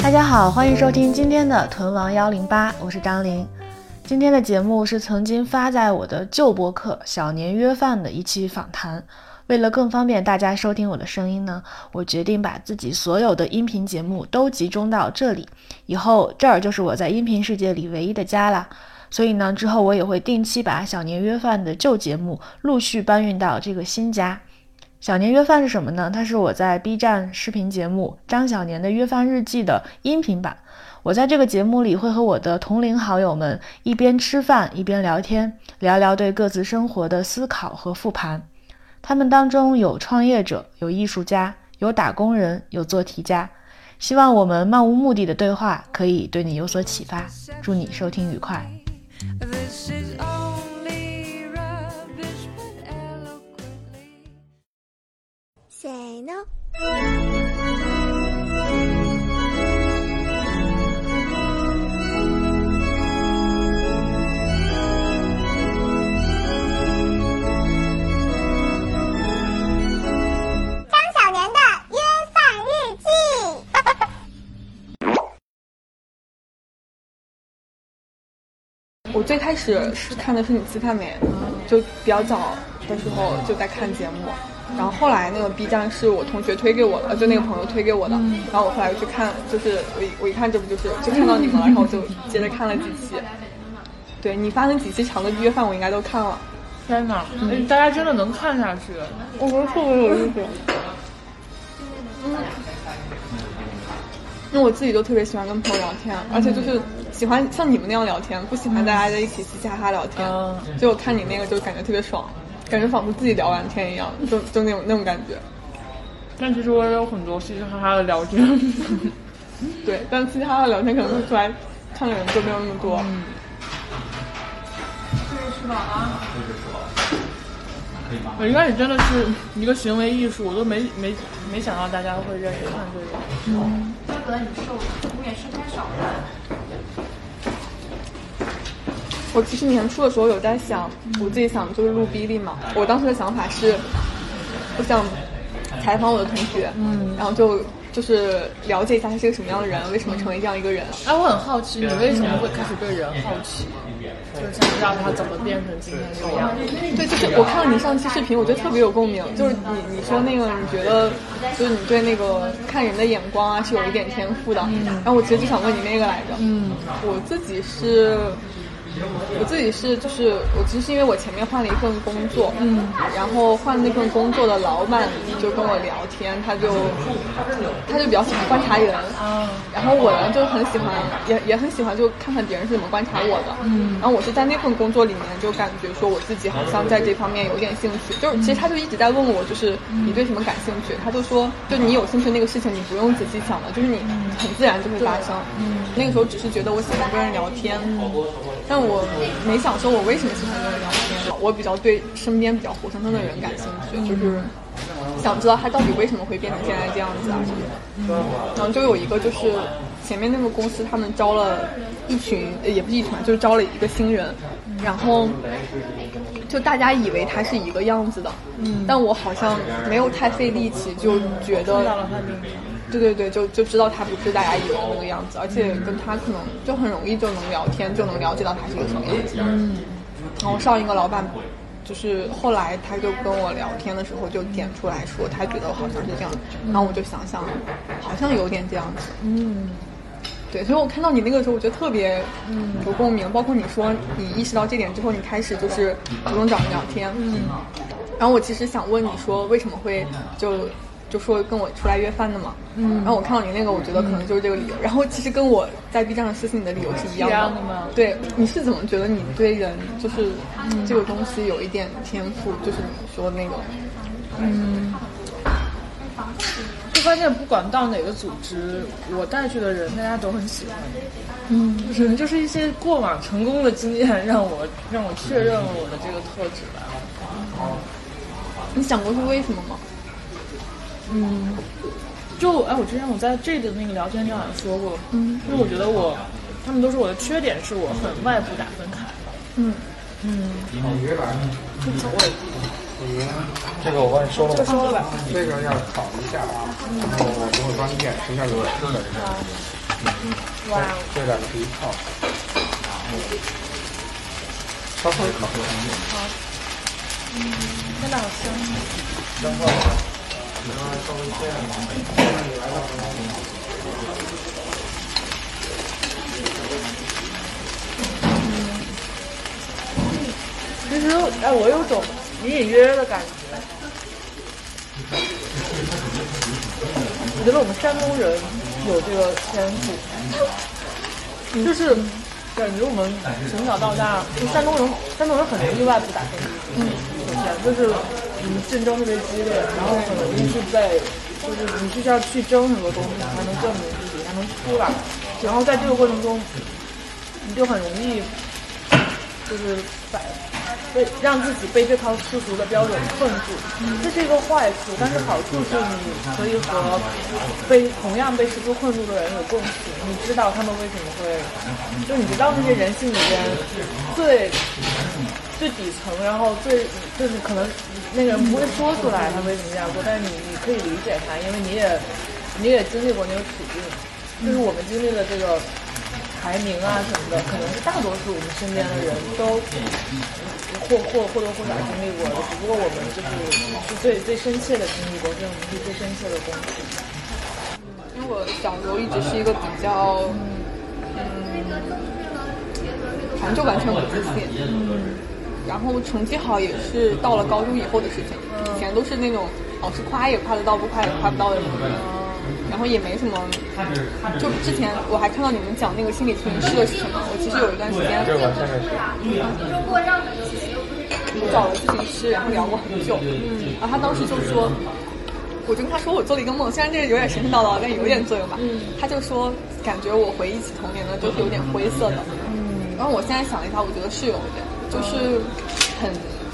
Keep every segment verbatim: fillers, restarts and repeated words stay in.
大家好，欢迎收听今天的屯王幺零八，我是张琳。今天的节目是曾经发在我的旧播客小年约饭的一期访谈。为了更方便大家收听我的声音呢，我决定把自己所有的音频节目都集中到这里，以后这儿就是我在音频世界里唯一的家啦。所以呢，之后我也会定期把小年约饭的旧节目陆续搬运到这个新家。小年约饭是什么呢？它是我在 B 站视频节目张小年的约饭日记的音频版。我在这个节目里会和我的同龄好友们一边吃饭一边聊天，聊聊对各自生活的思考和复盘。他们当中有创业者，有艺术家，有打工人，有做题家。希望我们漫无目的的对话可以对你有所启发。祝你收听愉快。 Say no。 我最开始是看的是你吃饭没，就比较早的时候就在看节目，然后后来那个 B 站是我同学推给我的，就那个朋友推给我的，然后我后来去看，就是我一我一看这不就是就看到你们了，然后我就接着看了几期。对，你发那几期长的约饭我应该都看了。 天哪，嗯，大家真的能看下去， 我觉得特别有意思。嗯，因为我自己都特别喜欢跟朋友聊天，而且就是喜欢像你们那样聊天，不喜欢大家在一起嘻嘻哈哈聊天。嗯，就我看你那个就感觉特别爽，感觉仿佛自己聊完天一样，就就那种那种感觉。 但其实我也有很多嘻嘻哈哈的聊天。 对，但嘻嘻哈哈的聊天可能会出来看的人就没有那么多。嗯。 这是吃饱了。我一开始真的是一个行为艺术，我都没没没想到大家会愿意看这个。嗯，怪不得你瘦了，你也吃太少了。 我其实年初的时候有在想，我自己想就是录哔哩嘛。我当时的想法是，我想采访我的同学，嗯，然后就就是了解一下他是个什么样的人，为什么成为这样一个人。 哎，我很好奇，你为什么会开始对人好奇？就是想知道他怎么变成今天这个样子。 对，就是我看了你上期视频，我觉得特别有共鸣。就是你你说那个，你觉得就是你对那个看人的眼光啊是有一点天赋的。嗯。然后我其实就想问你那个来着。嗯。我自己是。我自己是就是我其实是因为我前面换了一份工作，嗯，然后换那份工作的老板就跟我聊天，他就他就比较喜欢观察人，啊，然后我呢就很喜欢也也很喜欢就看看别人是怎么观察我的，嗯，然后我是在那份工作里面就感觉说我自己好像在这方面有点兴趣，就是其实他就一直在问我就是你对什么感兴趣，他就说就你有兴趣那个事情你不用仔细想的，就是你很自然就会发生，嗯，那个时候只是觉得我喜欢跟人聊天，但我我没想说我为什么喜欢跟人聊天，我比较对身边比较活生生的人感兴趣，就是想知道他到底为什么会变成现在这样子啊什么的。然后就有一个就是前面那个公司他们招了一群，也不是一群，就是招了一个新人，然后就大家以为他是一个样子的，嗯，但我好像没有太费力气就觉得对对对，就就知道他不是大家以为的那个样子，而且跟他可能就很容易就能聊天，就能了解到他是一个什么样子。嗯，然后上一个老板，就是后来他就跟我聊天的时候就点出来说，他觉得我好像是这样，然后我就想想，好像有点这样子。嗯，对，所以我看到你那个时候，我觉得特别嗯有共鸣，包括你说你意识到这点之后，你开始就是主动找人聊天。嗯，然后我其实想问你说，为什么会就。就说跟我出来约饭的嘛，嗯，然后我看到你那个，我觉得可能就是这个理由。嗯、然后其实跟我在 B 站上私信你的理由是一样的。 一样的吗？ 对，你是怎么觉得你对人就是这个东西有一点天赋？就是你说那个，嗯， 就发现不管到哪个组织，我带去的人大家都很喜欢。嗯，可能就是一些过往成功的经验让我让我确认了我的这个特质吧。 嗯，你想过是为什么吗？ 嗯，就哎，我之前我在这的那个聊天里好像说过，嗯，因为我觉得我，他们都说我的缺点是我很外部打分开，嗯嗯，这走位， 这个我帮你收了吧， 这个收了吧， 这个要炒一下啊，然后我给我装电，剩下有吃的这个。 哇， 这两个是一套。烧烤也烤。 好。嗯，真的好香。 香爆了。你刚才稍微这样吗？ 其实，哎，我有种隐隐约约的感觉。我觉得我们山东人有这个天赋，就是感觉我们从小到大，就山东人，山东人很容易外部打分。嗯，首先就是嗯竞争特别激烈，然后很容易去被，就是你必须要去争很多东西才能证明自己，才能出来。然后在这个过程中，你就很容易就是把。被让自己被这套世俗的标准困住，这是一个坏处，但是好处是你可以和被同样被世俗困住的人有共情，你知道他们为什么会，就你知道那些人性里边最最底层，然后最就是可能那个人不会说出来他为什么这样做，但是你你可以理解他，因为你也你也经历过那个处境，就是我们经历了这个排名啊什么的，可能是大多数我们身边的人都。或或或多或少经历过的，只不过我们就是是最最深切的经历过，这种是最深切的东西。 因为我小时候一直是一个比较，嗯，反正就完全不自信。嗯。然后成绩好也是到了高中以后的事情，以前都是那种老师夸也夸得到，不夸也夸不到的人。然后也没什么，就之前我还看到你们讲那个心理咨询师的是什么，我其实有一段时间， 这我现在是， 我找了咨询师，然后聊过很久，嗯，然后他当时就说，我就跟他说我做了一个梦，虽然这个有点神神叨叨，但有点作用吧，嗯，他就说感觉我回忆起童年呢，就是有点灰色的，嗯，然后我现在想了一下，我觉得是有一点，就是很，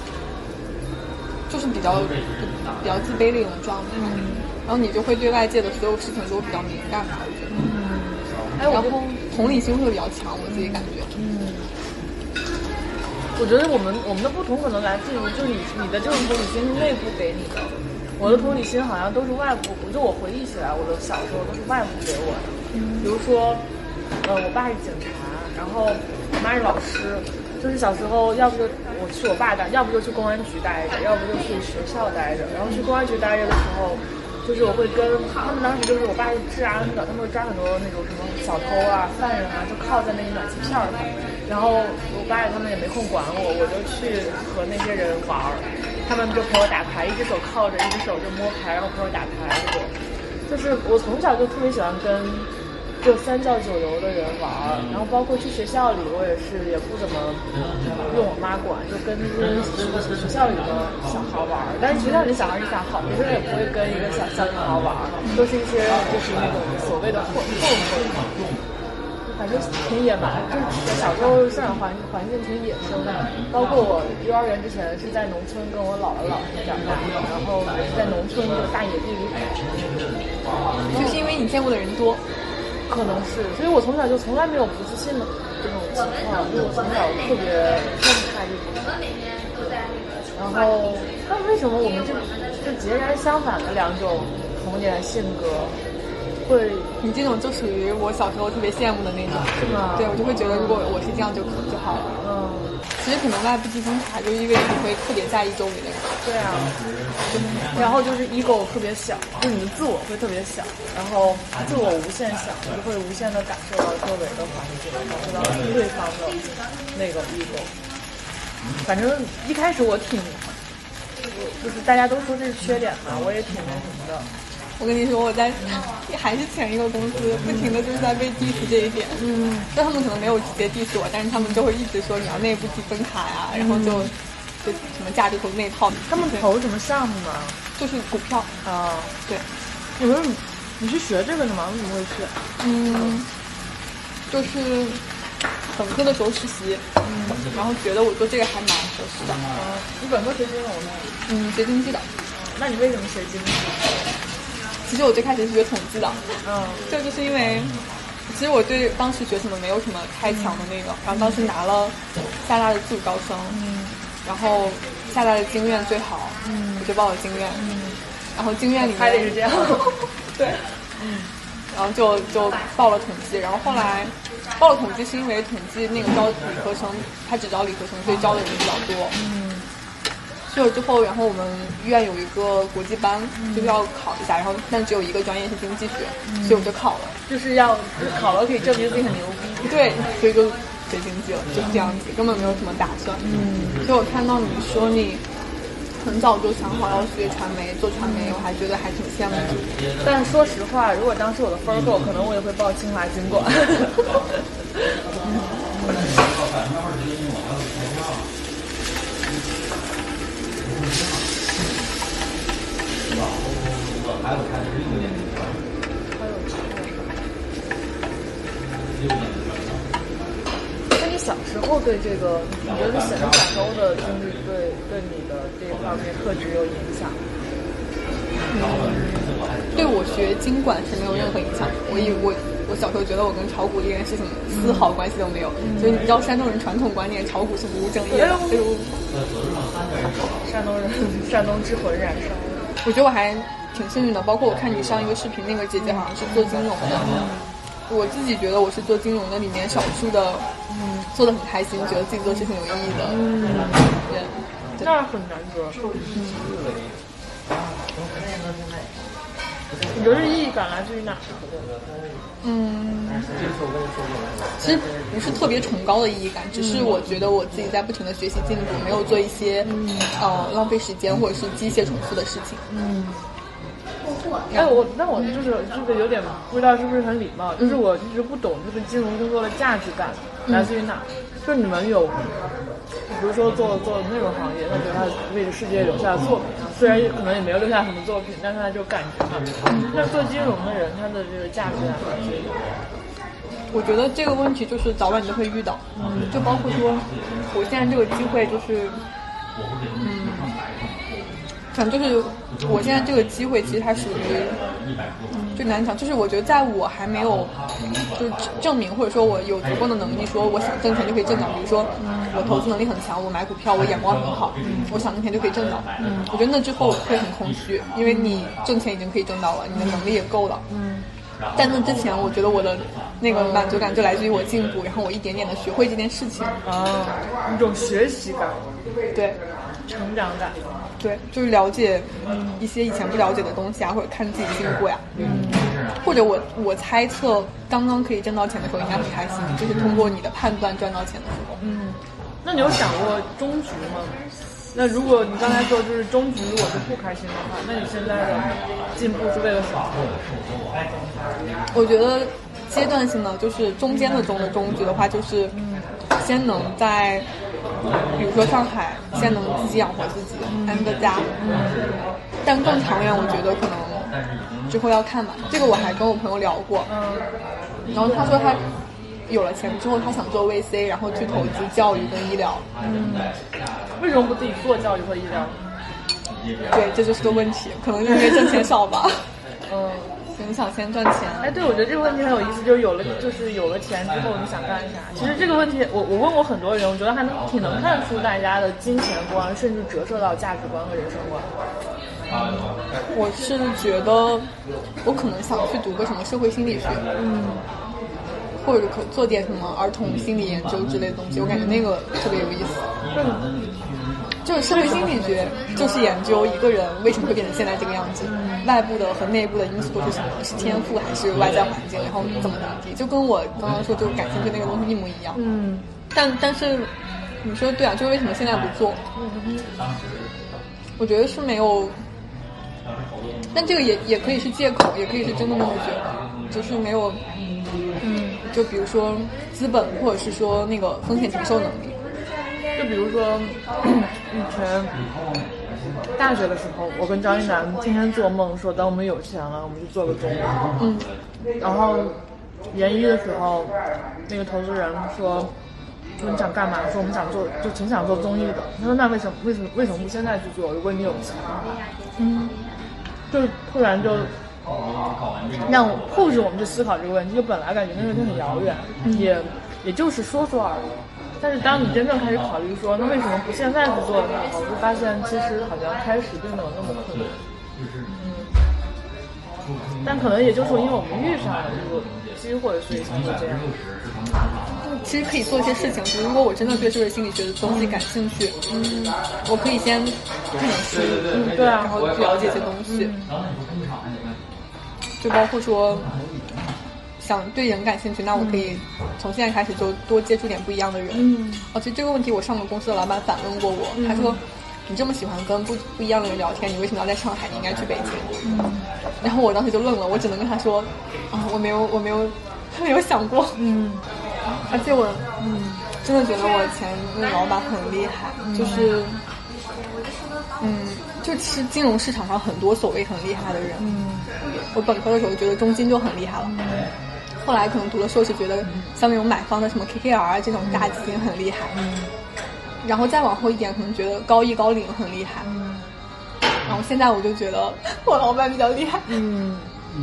就是比较比较自卑的一种状态。嗯，然后你就会对外界的所有事情都比较敏感吧，我觉得。嗯，然后同理心会比较强，我自己感觉。 嗯，我觉得我们我们的不同可能来自于，就是你你的这种同理心是内部给你的，我的同理心好像都是外部。就我回忆起来，我的小时候都是外部给我的。嗯，比如说，呃，我爸是警察，然后我妈是老师。就是小时候，要不就我去我爸那，要不就去公安局待着，要不就去学校待着。然后去公安局待着的时候，就是我会跟他们当时就是我爸是治安的，他们会抓很多那种什么小偷啊、犯人啊，就靠在那个暖气片上。然后我爸他们也没空管我，我就去和那些人玩儿，他们就陪我打牌，一只手靠着，一只手就摸牌，然后陪我打牌。这种就是我从小就特别喜欢跟。就三教九流的人玩，然后包括去学校里，我也是也不怎么用我妈管，就跟跟学学校里的小孩玩。但是学校里的小孩你想好，别人也不会跟一个小小女孩玩，都是一些就是那种所谓的混混混，反正挺野蛮。就是小时候生长环环境挺野生的，包括我幼儿园之前是在农村跟我姥姥姥爷长大，然后也是在农村的大野地里跑。 就是因为你见过的人多。 可能是，所以我从小就从来没有不自信的这种情况，因为我从小特别特别怕这种。然后，但为什么我们这就截然相反的两种童年性格，会你这种就属于我小时候特别羡慕的那种， 是吗？ 对，我就会觉得如果我是这样就可就好了。嗯，其实可能外部积分卡就意味着你会特别在意周围的人。 对啊，然后就是 ego 特别小，就是你的自我会特别小，然后自我无限小，就会无限的感受到周围的环境，感受到对方的那个 ego。反正一开始我挺，就是大家都说这是缺点嘛，我也挺那什么的。 我跟你说，我在还是前一个公司，不停的就是在被 diss 这一点。嗯，但他们可能没有直接 diss 我，但是他们就会一直说你要内部积分卡呀，然后就。就什么价值投资那套， 他们投什么项目呢？ 就是股票啊。 对， 你说你你是学这个的吗？为什么会去？ 嗯，就是本科的时候实习，嗯，然后觉得我做这个还蛮合适的。 嗯，你本科学金融的？ 嗯，学经济的。 那你为什么学经济？ 其实我最开始是学统计的。 嗯， 这就是因为。其实我对当时学什么没有什么太强的那个，然后当时拿了厦大的自主招生，嗯，然后厦大的经院最好，嗯，我就报了经院，嗯，然后经院里面还得是这样， 对，嗯， 然后就就报了统计，然后后来报了统计是因为统计那个招理科生，他只招理科生，所以招的人比较多。嗯，去了之后，然后我们医院有一个国际班，嗯、就是要考一下，然后但只有一个专业是经济学，嗯、所以我就考了， 就是要考了可以证明自己很牛逼。 对，所以就学经济了，就是这样子，根本没有什么打算。嗯，所以我看到你说你很早就想好要学传媒，做传媒，我还觉得还挺羡慕的。 但说实话，如果当时我的分够，可能我也会报清华经管。那你小时候对这个，你觉得沈小舟的经历对对你的这一方面特质有影响？ 嗯，对我学经管是没有任何影响。我以我我小时候觉得我跟炒股这件事情丝毫关系都没有。嗯、所以你知道山东人传统观念，炒股是不务正业的。哎呦， 山东人，山东之魂燃烧。 我觉得我还挺幸运的，包括我看你上一个视频，那个姐姐好像是做金融的。嗯、我自己觉得我是做金融的里面少数的，嗯，做得很开心，觉得自己做事情有意义的。嗯， 对，那很难得。嗯。你觉得意义感来自于哪？ 嗯，其实不是特别崇高的意义感，只是我觉得我自己在不停的学习进步，没有做一些嗯呃浪费时间或者是机械重复的事情。嗯。 哎，我那我就是这个有点不知道是不是很礼貌，就是我一直不懂这个金融工作的价值感来自于哪？嗯、就你们有，比如说做做内容行业，他觉得他为世界留下的作品，虽然可能也没有留下什么作品，但是他就感觉嘛。那做金融的人，他的这个价值感来自于哪？ 我觉得这个问题就是早晚都会遇到，嗯，就包括说我现在这个机会就是，嗯。反正就是我现在这个机会，其实它属于就难讲，就是我觉得在我还没有就是证明或者说我有足够的能力说我想挣钱就可以挣到，比如说我投资能力很强，我买股票我眼光很好，我想挣钱就可以挣到，我觉得那之后会很空虚，因为你挣钱已经可以挣到了，你的能力也够了。在那之前，我觉得我的那个满足感就来自于我进步，然后我一点点的学会这件事情啊，一种学习感， 对， 成长感。 对，就是了解一些以前不了解的东西啊，或者看自己进步呀，嗯，或者我我猜测刚刚可以挣到钱的时候应该很开心，就是通过你的判断赚到钱的时候。 嗯，那你有想过终局吗？那如果你刚才说就是终局如果是不开心的话，那你现在的进步是为了什么？ 我觉得阶段性的就是中间的中的终局的话，就是先能在比如说上海先能自己养活自己，安个家，嗯，但更长远我觉得可能之后要看吧，这个我还跟我朋友聊过，嗯，然后他说他有了钱之后他想做 V C， 然后去投资教育跟医疗。 嗯，为什么不自己做教育和医疗？ 对，这就是个问题，可能因为挣钱少吧。嗯，你想先赚钱。 哎，对，我觉得这个问题很有意思，就是有了就是有了钱之后你想干啥？其实这个问题我我问过很多人，我觉得还能挺能看出大家的金钱观，甚至折射到价值观和人生观。 我是觉得我可能想去读个什么社会心理学，嗯，或者可做点什么儿童心理研究之类的东西，我感觉那个特别有意思。嗯，就是社会心理学就是研究一个人为什么会变成现在这个样子，嗯，外部的和内部的因素都是什么，是天赋还是外在环境，然后怎么怎么地，就跟我刚刚说就感兴趣那个东西一模一样。嗯，但但是你说对啊，就是为什么现在不做？嗯，我觉得是没有。但这个也也可以是借口，也可以是真的那么觉得，就是没有，嗯，就比如说资本，或者是说那个风险承受能力。 就比如说以前大学的时候，我跟张一楠天天做梦说，等我们有钱了，我们就做个综艺。嗯，然后研一的时候，那个投资人说。说你想干嘛？说我们想做，就挺想做综艺的。他说那为什么为什么为什么不现在去做？如果你有钱的话，嗯，就突然就让我迫使我们去思考这个问题。就本来感觉那个就很遥远，嗯、也也就是说说而已。但是当你真正开始考虑说，那为什么不现在去做呢？我就发现其实好像开始并没有那么困难。嗯， 但可能也就是因为我们遇上了这个机会，所以才会这样。 其实可以做一些事情，比如如果我真的对这个心理学的东西感兴趣，嗯，我可以先看点书， 嗯，对啊， 然后了解一些东西，嗯、就包括说想对人感兴趣，那我可以从现在开始就多接触点不一样的人。嗯，哦，其实这个问题我上个公司的老板反问过我，嗯、他说你这么喜欢跟不不一样的人聊天，你为什么要在上海？你应该去北京。嗯，然后我当时就愣了，我只能跟他说啊，我没有，我没有，没有想过。嗯。而且我，嗯，真的觉得我前那个老板很厉害，嗯、就是，嗯，就其实金融市场上很多所谓很厉害的人，嗯，我本科的时候觉得中金就很厉害了，嗯、后来可能读了硕士，觉得像那种买方的什么 K K R 啊这种大基金很厉害，嗯，然后再往后一点，可能觉得高一高瓴很厉害，嗯，然后现在我就觉得我老板比较厉害，嗯。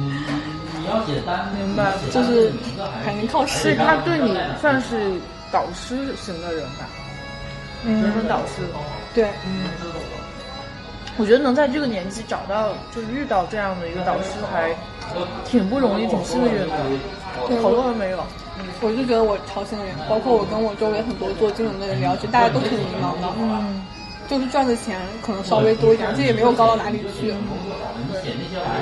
明白， 就是还能靠实力。 他对你算是导师型的人吧，嗯，人生导师。 对， 嗯，我觉得能在这个年纪找到，就是遇到这样的一个导师，还挺不容易，挺幸运的。好多人没有。 我就觉得我超幸运，包括我跟我周围很多做金融的人聊，就大家都挺迷茫的。嗯，就是赚的钱可能稍微多一点，这也没有高到哪里去。对。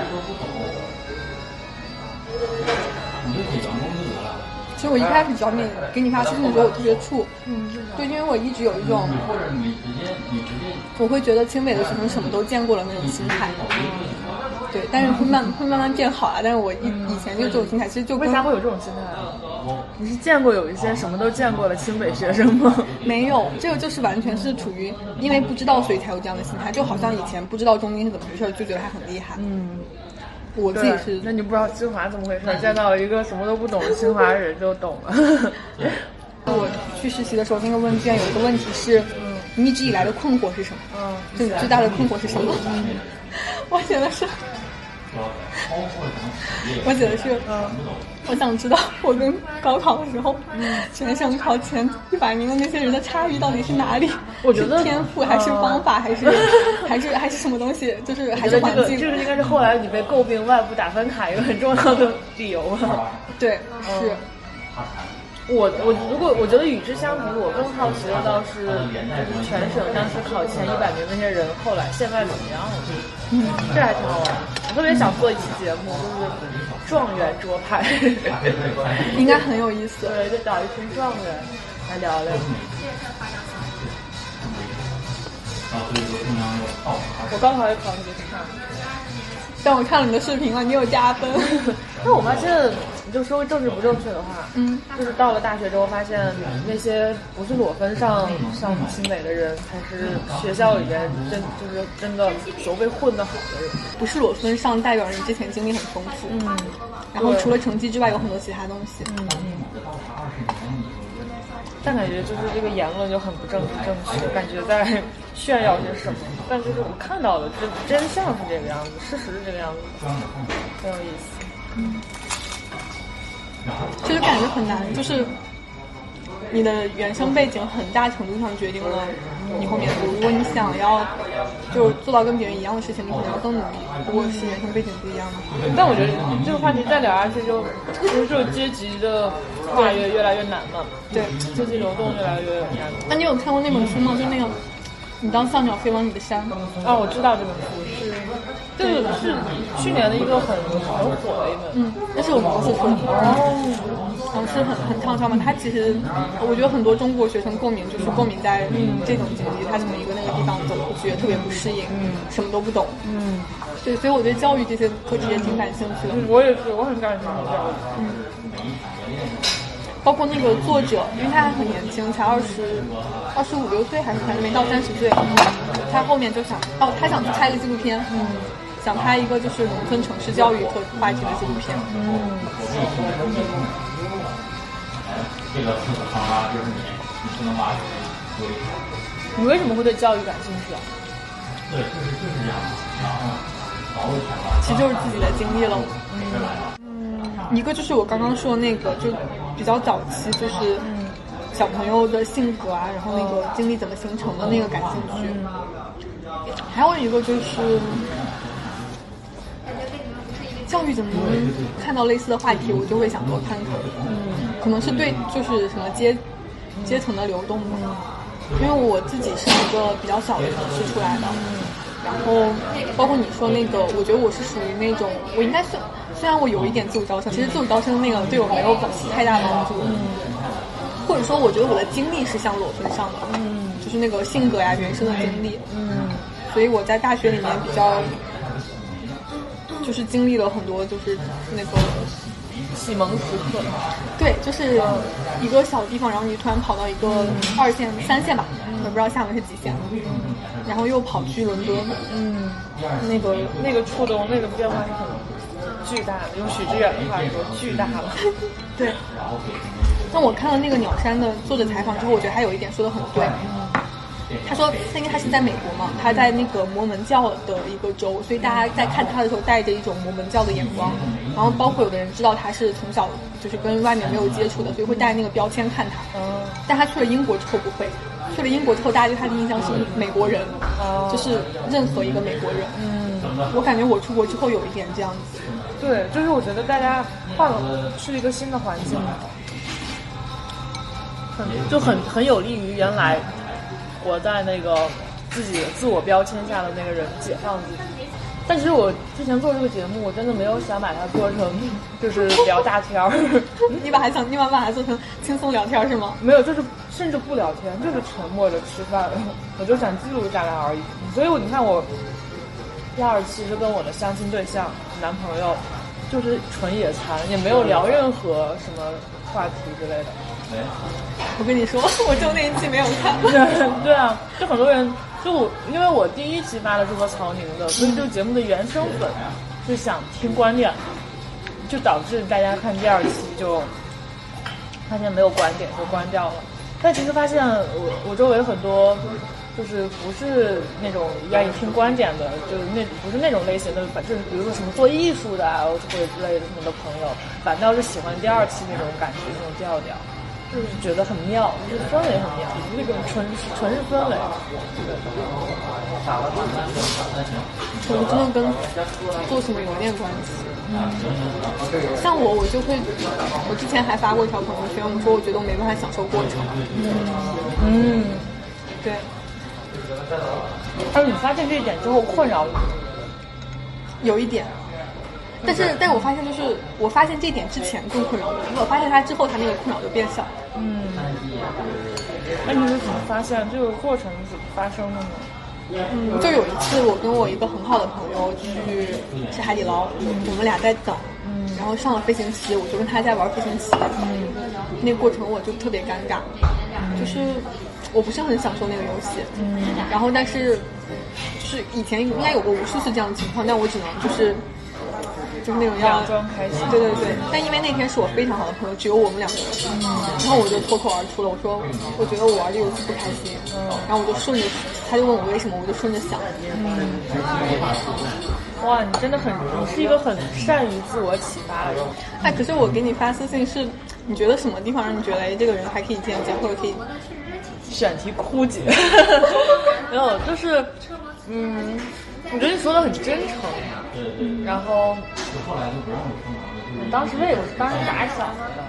其实我一开始找你给你发私信的时候，我特别怵，嗯，对，因为我一直有一种，我会觉得清北的学生什么都见过了那种心态，对，但是会慢会慢慢变好啊。但是我以以前就这种心态，其实就为啥会有这种心态？你是见过有一些什么都见过的清北学生吗？ 没有，这个就是完全是处于因为不知道所以才有这样的心态，就好像以前不知道中金是怎么回事，就觉得他很厉害，嗯。我自己是， 那你不知道清华怎么回事？见到一个什么都不懂的清华人就懂了。 我去实习的时候，那个问卷有一个问题是，嗯，你一直以来的困惑是什么？嗯，就你最大的困惑是什么？嗯，我写的是，我写的是，嗯，我想知道我跟高考的时候，嗯，全省考前一百名的那些人的差异到底是哪里？ 我觉得天赋还是方法，还是还是还是什么东西？就是还是环境。 这个应该是后来你被诟病外部打分卡一个很重要的理由吧？ 对，是。 我我如果我觉得与之相比，我更好奇的倒是全省当时考前一百名那些人后来现在怎么样了？嗯，这还挺好玩。我特别想做一期节目，就是状元桌派， 应该很有意思。 对，就找一群状元来聊聊。我高考也考得不差， 但我看了你的视频了，你有加分。 但我发现，你就说政治不正确的话，嗯，就是到了大学之后，发现那些不是裸分上上清北的人，才是学校里边真就是真的所谓混得好的人。 不是裸分上，代表你之前经历很丰富，嗯，然后除了成绩之外，有很多其他东西，嗯。 但感觉就是这个言论就很不正正确，感觉在炫耀些什么，但就是我看到的真真相是这个样子，事实是这个样子，很有意思。嗯， 其实感觉很难，就是你的原生背景很大程度上决定了你后面的路。如果你想要就做到跟别人一样的事情，你可能要更努力。如果是原生背景不一样的话， 但我觉得这个话题再聊下去就，就是这个阶级的跨越越来越难嘛。 对， 阶级流动越来越难。 那你有看过那本书吗？就那个你当象鸟飞往你的山。 啊，我知道这本书是，这个是去年的一个很很火的一本。 嗯，那是我们公司出的。哦。然后是很很畅销嘛，他其实我觉得很多中国学生共鸣就是共鸣在嗯这种经历，他从一个那个地方走出去特别不适应，嗯，什么都不懂，嗯，对，所以我对教育这些课题也挺感兴趣的。 嗯，我也是，我很感兴趣教育。嗯， 包括那个作者，因为他还很年轻，才二十二十五六岁，还是还是没到三十岁，他后面就想哦，他想去拍一个纪录片，嗯。想拍一个就是农村城市教育课话题的纪录片。嗯。 这个四个方法就是你，你不能把人堆。 你为什么会对教育感兴趣啊？ 对，就是就是这样的。然后搞一圈吧。 其实就是自己的经历了。嗯。嗯。一个就是我刚刚说那个，就比较早期，就是小朋友的性格啊，然后那个经历怎么形成的那个感兴趣。嗯。还有一个就是。 教育怎么能看到类似的话题，我就会想多看看。嗯，可能是对就是什么阶阶层的流动吧。因为我自己是一个比较小的城市出来的，然后包括你说那个，我觉得我是属于那种，我应该算，虽然我有一点自主招生，其实自主招生那个对我没有太大帮助，嗯，或者说我觉得我的经历是向裸分上的，嗯，就是那个性格呀、人生的经历，嗯，所以我在大学里面比较，就是经历了很多，就是那个。 启蒙时刻， 对，就是一个小地方，然后你突然跑到一个二线、三线吧，我不知道厦门是几线，然后又跑去伦敦， 嗯，那个那个触动，那个变化是很巨大的，用许知远的话说，巨大了。 对。但我看了那个鸟山的作者采访之后，我觉得还有一点说的很对。他说，因为他是在美国嘛，他在那个摩门教的一个州，所以大家在看他的时候带着一种摩门教的眼光，然后包括有的人知道他是从小就是跟外面没有接触的，所以会带那个标签看他。但他去了英国之后不会，去了英国之后，大家对他的印象是美国人，就是任何一个美国人。嗯，我感觉我出国之后有一点这样子。 对，就是我觉得大家换了去一个新的环境，很就很很有利于原来。活在那个自己自我标签下的那个人解放自己，但其实我之前做这个节目，我真的没有想把它做成就是聊大天儿。 你把它想，你把把它做成轻松聊天是吗？ 没有，就是甚至不聊天，就是沉默着吃饭，我就想记录下来而已。所以我你看我第二期是跟我的相亲对象男朋友，就是纯野餐，也没有聊任何什么话题之类的。 我跟你说，我就那一期没有看。 对对啊，就很多人就我，因为我第一期发的是和曹宁的，所以这个节目的原生粉是想听观点，就导致大家看第二期就发现没有观点就关掉了。但其实发现我我周围很多就是不是那种愿意听观点的，就是那不是那种类型的，反正比如说什么做艺术的啊或者之类的什么的朋友，反倒是喜欢第二期那种感觉那种调调。就是觉得很妙，就是氛围很妙，那个纯纯是氛围。 可能真的跟做什么有点关系。嗯，像我，我就会，我之前还发过一条朋友圈，我说我觉得我没办法享受过程。嗯嗯，对。 但是你发现这一点之后困扰你？ 有一点。但是，但是我发现，就是我发现这点之前更困扰我，我发现它之后，它那个困扰就变小。 嗯，那你是怎么发现这个过程是怎么发生的呢？ 嗯，就有一次我跟我一个很好的朋友去吃海底捞，嗯、我们俩在等，嗯、然后上了飞行棋，我就跟他在玩飞行棋，嗯、那个过程我就特别尴尬，嗯、就是我不是很享受那个游戏，嗯、然后但是就是以前应该有过无数次这样的情况，但我只能就是。就是那种要装开心， 对对对。但因为那天是我非常好的朋友，只有我们两个人，嗯、然后我就脱口而出了，我说我觉得我玩这游戏不开心，嗯、然后我就顺着，他就问我为什么，我就顺着想。嗯、 哇，你真的很，你是一个很善于自我启发的人。 哎，可是我给你发私信是，你觉得什么地方让你觉得哎这个人还可以见见，或者可以选题枯竭？没有，就是嗯。我觉得你说的很真诚，嗯、然后当时为我是当时打小的，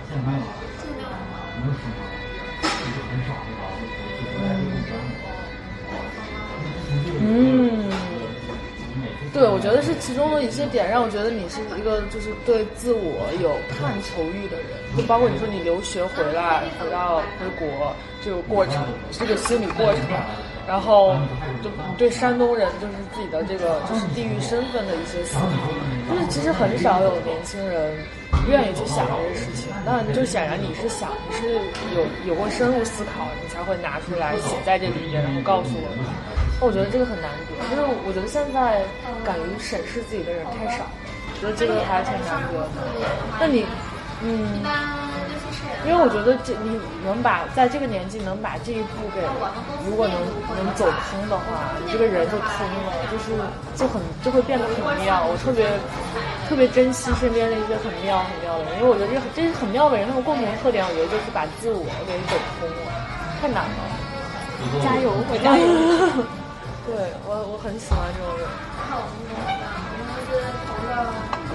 嗯，对，我觉得是其中的一些点让我觉得你是一个就是对自我有探求欲的人，就包括你说你留学回来回到回国这个过程，这个心理过程。然后，就你对山东人就是自己的这个就是地域身份的一些思考，就是其实很少有年轻人愿意去想这些事情。那就显然你是想，你是有有过深入思考，你才会拿出来写在这里面，然后告诉我们。我觉得这个很难得，就是我觉得现在敢于审视自己的人太少，我觉得这个还挺难得的。那你，嗯。因为我觉得这你能把在这个年纪能把这一步给，如果能能走通的话，你这个人就通了，就是就很就会变得很妙。我特别特别珍惜身边的一些很妙很妙的人，因为我觉得这这些很妙的人，他们共同的特点，我觉得就是把自我给走通了，太难了。 加油，我加油！ 对我我很喜欢这种人。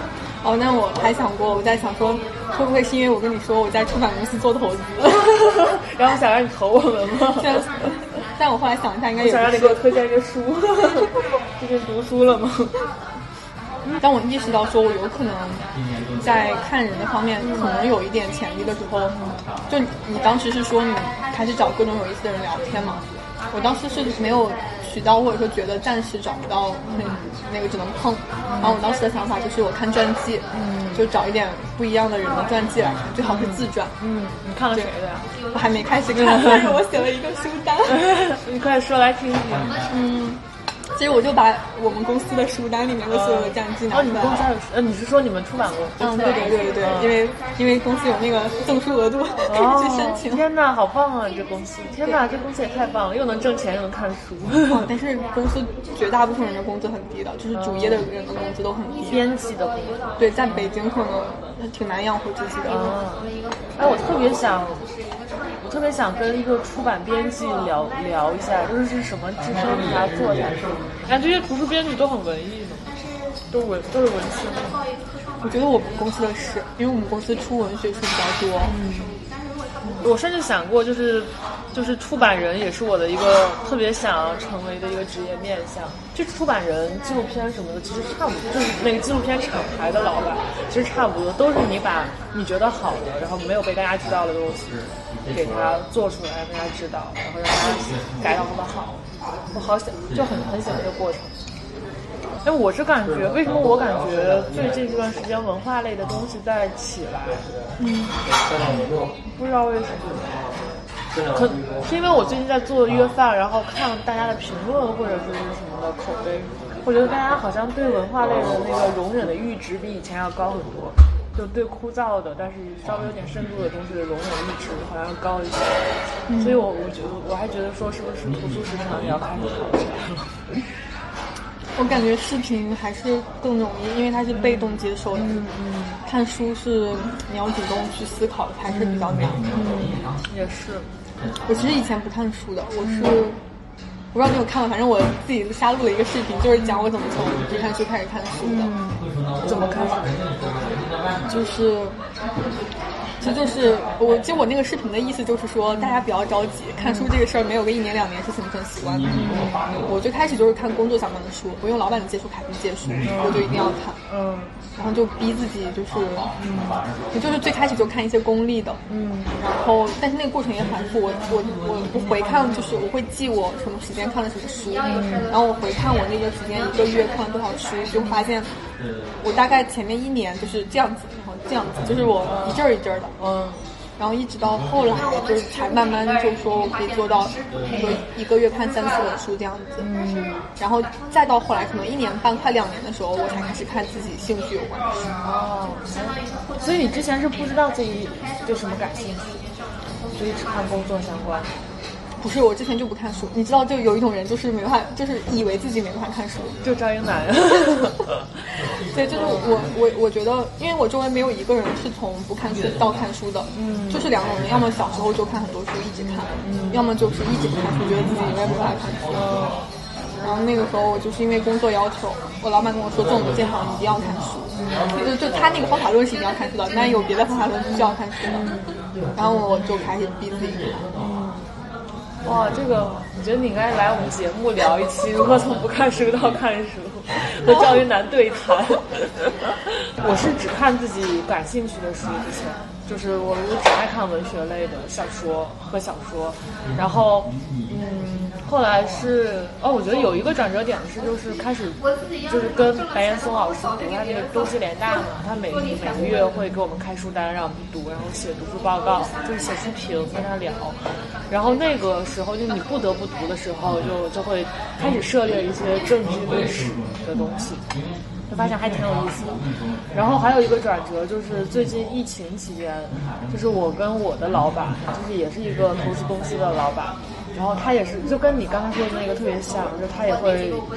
哦，那我还想过，我在想说，会不会是因为我跟你说我在出版公司做投资， 然后想让你投我们吗？ 但但我后来想一下，应该也想让你给我推荐一个书，最近读书了吗？ 当我意识到说我有可能在看人的方面可能有一点潜力的时候，就你当时是说你开始找各种有意思的人聊天嘛？我当时是没有渠道，或者说觉得暂时找不到那那个只能碰。然后我当时的想法就是我看传记，嗯，就找一点不一样的人的传记来看，最好是自传。 嗯，你看了谁的呀？ 我还没开始看，但是我写了一个书单。 你快说来听听。 嗯。其实我就把我们公司的书单里面的所有的传记拿出来。 哦，你们公司还有呃，你是说你们出版过？ 嗯，对对对对对，嗯、因为因为公司有那个赠书额度，可以去申请。 天哪，好棒啊！这公司，天哪，这公司也太棒了，又能挣钱又能看书。 哦，但是公司绝大部分人的工资很低的，就是主业的人的工资都很低。 编辑的工资。 对，在北京可能挺难养活自己的。 啊，哎，我特别想。我特别想跟一个出版编辑聊聊一下，就是是什么支撑他做下去。哎，这些图书编辑都很文艺的，都文都是文青。 我觉得我们公司的是，因为我们公司出文学书比较多。 嗯，我甚至想过，就是就是出版人也是我的一个特别想要成为的一个职业面向。就出版人、纪录片什么的，其实差不多，就是那个纪录片厂牌的老板，其实差不多都是你把你觉得好的，然后没有被大家知道的东西，给他做出来，让大家知道，然后让他改到他的好。我好想，就很很喜欢这个过程。哎，我是感觉，为什么我感觉最近这段时间文化类的东西在起来？嗯，不知道为什么。可是因为我最近在做约饭，然后看大家的评论或者是什么的口碑，我觉得大家好像对文化类的那个容忍的阈值比以前要高很多，就对枯燥的但是稍微有点深度的东西的容忍阈值好像要高一些。嗯、所以我我觉得我还觉得说是不是图书市场也要开始好起来了。 我感觉视频还是更容易，因为它是被动接受的。嗯嗯，看书是你要主动去思考的，还是比较难。 嗯，也是。 我其实以前不看书的，我是、嗯、不知道你有看过，反正我自己瞎录了一个视频，就是讲我怎么从不看书开始看书的。 嗯、怎么开始？ 就是。其实就是我，其实我那个视频的意思就是说，大家不要着急，看书这个事儿没有个一年两年是形成习惯的。嗯、我最开始就是看工作相关的书，我用老板的借书卡去借书，嗯、我就一定要看。嗯，然后就逼自己，就是，嗯，我就是最开始就看一些功利的，嗯，然后但是那个过程也反复，我我我我回看，就是我会记我什么时间看了什么书，嗯，然后我回看我那个时间一个月看了多少书，就发现我大概前面一年就是这样子，然后这样子，就是我一阵儿一阵儿的。嗯，然后一直到后来，就是才慢慢就说我可以做到，比如说一个月看三四本书这样子。嗯，然后再到后来，可能一年半快两年的时候，我才开始看自己兴趣有关的书。 哦，所以你之前是不知道自己对什么感兴趣，所以只看工作相关。 不是，我之前就不看书。你知道，就有一种人就是没办法，就是以为自己没办法看书， 就赵英男。 对，就是我我我觉得，因为我周围没有一个人是从不看书到看书的，嗯，就是两种人，要么小时候就看很多书一直看，嗯，要么就是一直不看书，觉得自己永远没办法看书。嗯，然后那个时候我就是因为工作要求，我老板跟我说，这种建行一定要看书，嗯，就就他那个方法论是一定要看书的，但有别的方法论不需要看书的，嗯，然后我就开始逼自己看。嗯， 哇，这个我觉得你应该来我们节目聊一期如何从不看书到看书，和赵云南对谈。我是只看自己感兴趣的书，之前就是我我只爱看文学类的小说和小说，然后嗯，后来是哦，我觉得有一个转折点是，就是开始就是跟白岩松老师读他那个冬季联大嘛，他每每个月会给我们开书单让我们读，然后写读书报告，就是写书评跟他聊，然后那个时候就你不得不读的时候，就就会开始涉猎一些政治历史的东西。就发现还挺有意思的，然后还有一个转折就是最近疫情期间，就是我跟我的老板，就是也是一个投资公司的老板，然后他也是就跟你刚才说的那个特别像，就他也会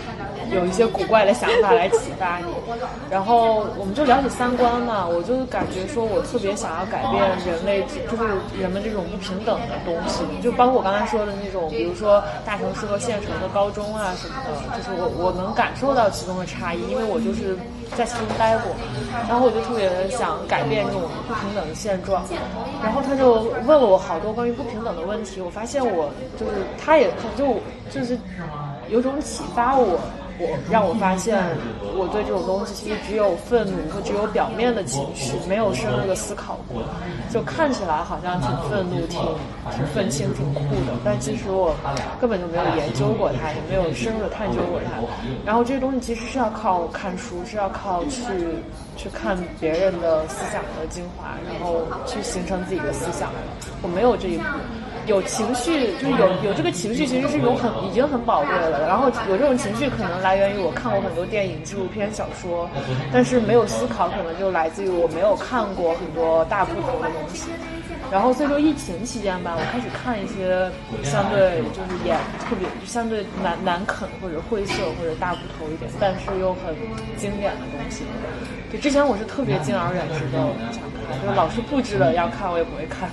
有一些古怪的想法来启发你。然后我们就聊起三观嘛，我就感觉说我特别想要改变人类，就是人们这种不平等的东西，就包括我刚才说的那种，比如说大城市和县城的高中啊什么的，就是我我能感受到其中的差异，因为我就是在其中待过，然后我就特别想改变这种不平等的现状。然后他就问了我好多关于不平等的问题，我发现我就是他也就就是有种启发我。我让我发现我对这种东西其实只有愤怒和只有表面的情绪，没有深入的思考过，就看起来好像挺愤怒挺挺愤青挺酷的，但其实我根本就没有研究过它，也没有深入的探究过它。然后这些东西其实是要靠看书，是要靠去去看别人的思想的精华，然后去形成自己的思想。我没有这一步，有情绪就是有有这个情绪，其实是一种很已经很宝贵了。然后有这种情绪可能来源于我看过很多电影、纪录片、小说，但是没有思考，可能就来自于我没有看过很多大部头的东西。然后所以说疫情期间吧，我开始看一些相对就是演特别相对难难啃或者晦涩或者大部头一点，但是又很经典的东西。对，之前我是特别敬而远之的不想看，就是老师布置了要看我也不会看。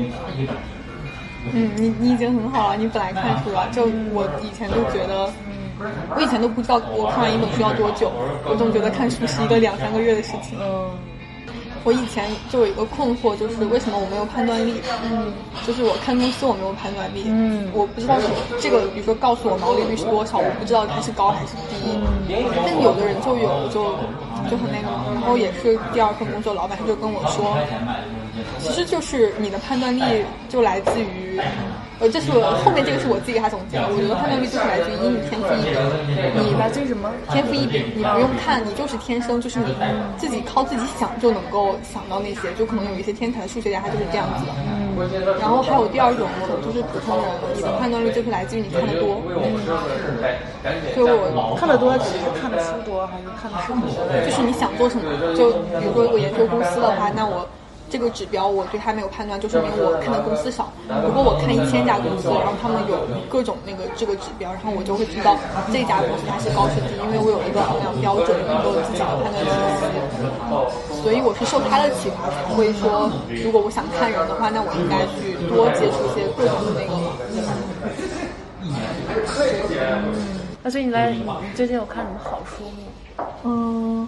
嗯，你你已经很好了，你本来看书了，就我以前就觉得，我以前都不知道我看完一本书要多久，我总觉得看书是一个两三个月的事情。 嗯， 我以前就有一个困惑，就是为什么我没有判断力？嗯，就是我看公司我没有判断力，嗯，我不知道是这个，比如说告诉我毛利率是多少，我不知道它是高还是低，但有的人就有，就就很那个嘛。然后也是第二份工作，老板就跟我说，其实就是你的判断力就来自于。呃，这是我后面这个是我自己给他总结的。我觉得判断力就是来自于你天赋异禀，你来自于什么？天赋异禀，你不用看，你就是天生，就是你自己靠自己想就能够想到那些，就可能有一些天才的数学家他就是这样子的。嗯。然后还有第二种可能就是普通人，你的判断力就是来自于你看得多。嗯。所以我看得多只是看的书多，还是看的视频多？ 就是你想做什么，就比如说我研究公司的话，那我。这个指标我对它没有判断，就说明我看的公司少。如果我看一千家公司，然后他们有各种那个这个指标，然后我就会知道这家公司它是高是低，因为我有一个衡量标准，有一个自己的判断体系。所以我是受他的启发才会说，如果我想看人的话，那我应该去多接触一些各种的那个。 嗯，那所以你来，你最近有看什么好书吗？ 嗯。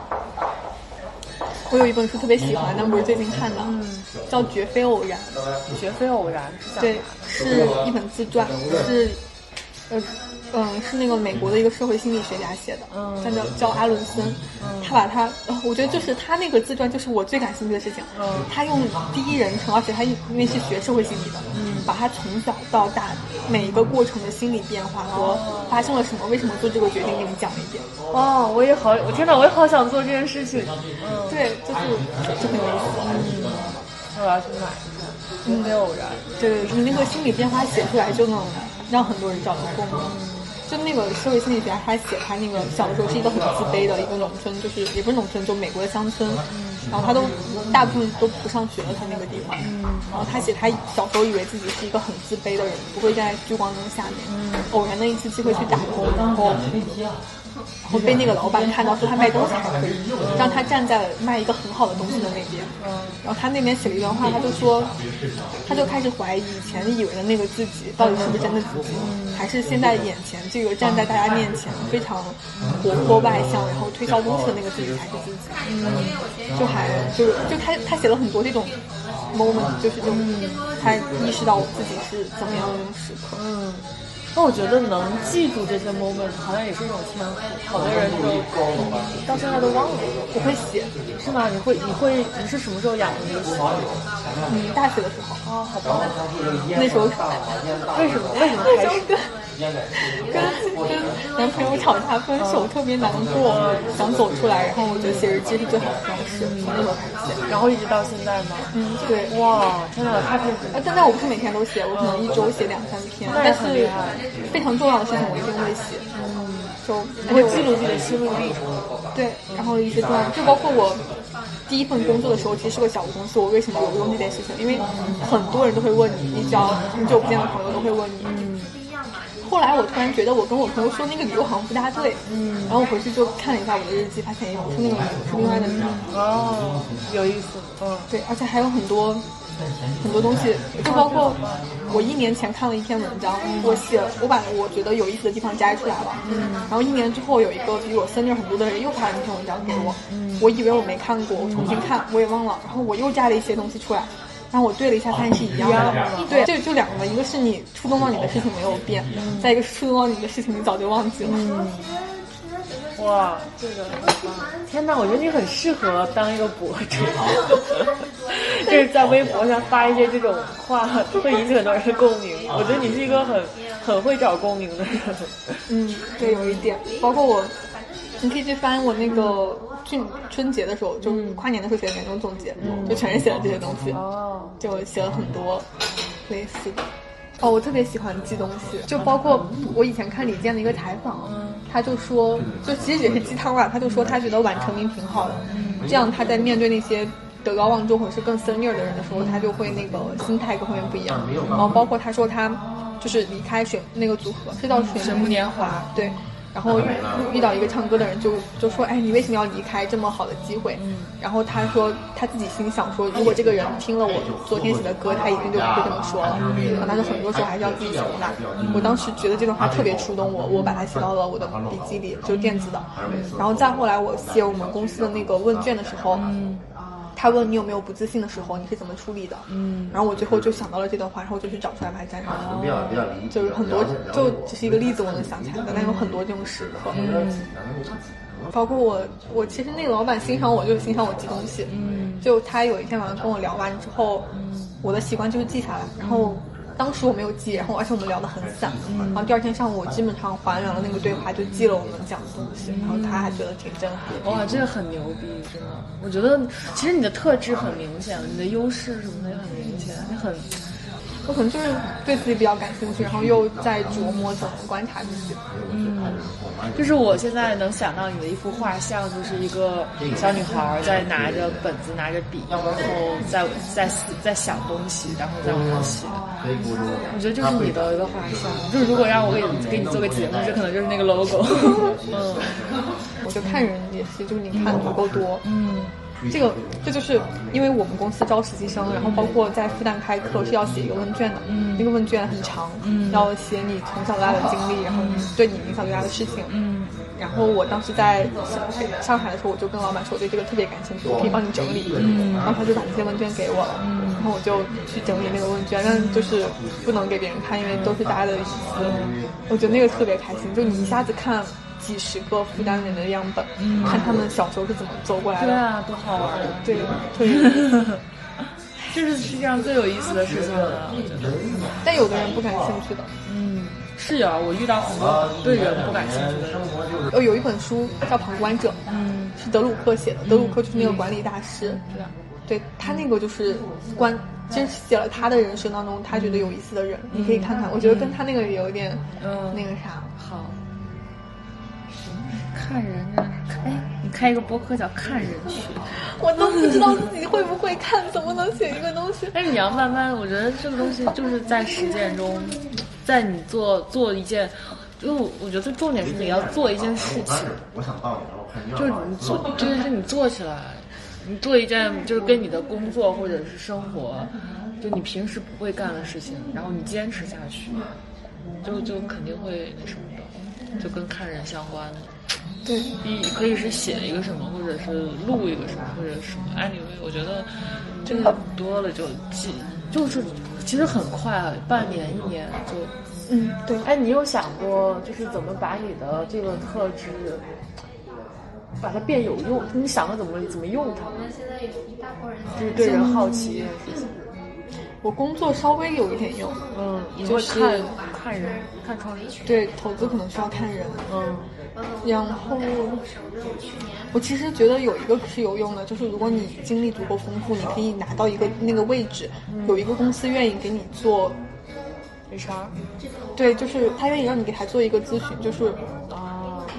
我有一本书特别喜欢，但不是最近看的，嗯，叫《绝非偶然》。 绝非偶然是讲对，是一本自传，是，呃，嗯，是那个美国的一个社会心理学家写的，嗯，叫叫阿伦森，嗯，他把他，呃，我觉得就是他那个自传就是我最感兴趣的事情，嗯，他用第一人称，而且他因为是学社会心理的，嗯，把他从小到大每一个过程的心理变化和发生了什么，为什么做这个决定给你讲了一遍。 哦，我也好，我天哪，我也好想做这件事情。嗯， 对，就是就很有意思。 嗯，我要去买一下。绝非偶然。 对，你那个心理变化写出来就能让很多人找到共鸣。就那个社会心理学家，他写他那个小的时候是一个很自卑的一个农村，就是也不是农村，就美国的乡村。然后他都大部分都不上学了，他那个地方。然后他写他小时候以为自己是一个很自卑的人，不会站在聚光灯下面。偶然的一次机会去打工，然后。然后被那个老板看到，说他卖东西还可以，让他站在了卖一个很好的东西的那边。然后他那边写了一段话，他就说，他就开始怀疑以前以为的那个自己到底是不是真的自己，还是现在眼前这个站在大家面前非常活泼外向，然后推销东西的那个自己才是自己。就还就是就他他写了很多这种 moment， 就是就他意识到自己是怎么样的那种时刻。 嗯。那我觉得能记住这些 moment 好像也是一种天赋，好多人就到现在都忘了。 我会写， 是吗？你会你会你是什么时候养成这个习惯？ 嗯，大学的时候。 哦，好吧。 那时候为什么为什么开始？ 跟跟男朋友吵架分手，特别难过，想走出来，然后我觉得写日记是最好的方式，从那时候开始写， 然后一直到现在吗？ 嗯，对。 哇，天哪，太佩服了！ 但但我不是每天都写，我可能一周写两三篇，但是非常重要的事情我一定会写。嗯，就我会记录自己的心路历程。 对，然后一些段，就包括我第一份工作的时候，其实是个小公司，我为什么有用这件事情？因为很多人都会问你，你只要很久不见的朋友都会问你。嗯。 后来我突然觉得我跟我朋友说那个理由好像不大对，嗯，然后我回去就看了一下我的日记，发现也不是那个理由，是另外的理由。 哦，有意思，嗯， 对，而且还有很多很多东西，就包括我一年前看了一篇文章，我写我把我觉得有意思的地方摘出来了，嗯，然后一年之后有一个比我 senior 很多的人又发了那篇文章给我，嗯，我以为我没看过，我重新看我也忘了，然后我又摘了一些东西出来。然后我对了一下，发现是一样的。对，就就两个，一个是你触动到你的事情没有变，嗯、再一个是触动到你的事情你早就忘记了。 嗯、哇，这个天哪！我觉得你很适合当一个博主，就是在微博上发一些这种话，会引起很多人的共鸣。我觉得你是一个很很会找共鸣的人。 嗯，对，有一点，包括我，你可以去翻我那个。去春节的时候，就是跨年的时候写的年终总结，嗯、就全是写了这些东西，哦、就写了很多类似的。哦，我特别喜欢记东西，就包括我以前看李健的一个采访，嗯、他就说，就其实也是鸡汤吧，他就说他觉得晚成名挺好的，嗯、这样他在面对那些德高望重或者是更 senior 的人的时候，他就会那个心态各方面不一样。然后包括他说他就是离开水那个组合，是叫水木年华，对。然后遇遇到一个唱歌的人就就说，哎，你为什么要离开这么好的机会？嗯、然后他说他自己心想说，如果这个人听了我昨天写的歌，他一定就不会这么说了。嗯、然后他说很多时候还是要自己承担。嗯、我当时觉得这段话特别触动我，我把它写到了我的笔记里，就是电子的。然后再后来我写我们公司的那个问卷的时候。嗯他问你有没有不自信的时候，你是怎么处理的？嗯，然后我最后就想到了这段话，然后我就去找出来把它粘上去。哦、就是很多，就只是一个例子，我能想起来的，但有很多这种时刻。嗯，包括我，我其实那个老板欣赏我，就是欣赏我记东西。嗯，就他有一天晚上跟我聊完之后，嗯、我的习惯就是记下来，然后。当时我没有记，然后而且我们聊得很散，嗯、然后第二天上午我基本上还原了那个对话，就记了我们讲的东西，然后他还觉得挺震撼。 哇，这个很牛逼，真的！我觉得其实你的特质很明显，你的优势什么的也很明显，你很， 我可能就是对自己比较感兴趣，然后又在琢磨怎么观察自己。 嗯，就是我现在能想到你的一幅画像，就是一个小女孩在拿着本子、拿着笔，然后在在在想东西，然后在往上写。我觉得就是你的一个画像，就是如果让我给你给你做个节目，这可能就是那个 logo。嗯， 我就看人也是，就是你看的不够多。嗯。这个这就是因为我们公司招实习生，然后包括在复旦开课是要写一个问卷的，嗯，那个问卷很长，嗯，要写你从小到大的经历，然后对你影响最大的事情，嗯，然后我当时在上海的时候，我就跟老板说，我对这个特别感兴趣，我可以帮你整理，嗯，然后他就把那些问卷给我了，嗯，然后我就去整理那个问卷，但就是不能给别人看，因为都是大家的隐私，我觉得那个特别开心，就你一下子看。几十个复旦人的样本，嗯、看他们小时候是怎么走过来的。 对啊，多好玩！ 对，特别有意思。 这是世界上最有意思的事情了，我觉得。 但有的人不感兴趣的。 嗯，是啊，我遇到很多对人不感兴趣的人。 哦，有一本书叫《旁观者》，嗯，是德鲁克写的。德鲁克就是那个管理大师， 对、嗯、 对他那个就是观，其实写了他的人生当中他觉得有意思的人，嗯、你可以看看。我觉得跟他那个也有点，嗯，那个啥。 好。看人家，哎，你开一个播客叫看人学， 我都不知道自己会不会看，怎么能写一个东西？ 但是你要慢慢，我觉得这个东西就是在实践中，在你做做一件，就我觉得重点是你要做一件事情，就是你做这件事你做起来，你做一件就是跟你的工作或者是生活，就你平时不会干的事情，然后你坚持下去，就就肯定会那什么的，就跟看人相关的。 对， 一可以是写一个什么，或者是录一个什么，或者什么。anyway， 我觉得这个多了就记，就是其实很快啊，半年一年就， 嗯，对。 哎，你有想过就是怎么把你的这个特质，把它变有用？你想过怎么怎么用它？就是对人好奇这件事情。 我工作稍微有一点用， 嗯，你会看看人，看创业。 对，投资可能需要看人， 嗯。 然后，我其实觉得有一个是有用的，就是如果你经历足够丰富，你可以拿到一个那个位置，嗯、有一个公司愿意给你做 H R， 对，就是他愿意让你给他做一个咨询，就是， 啊，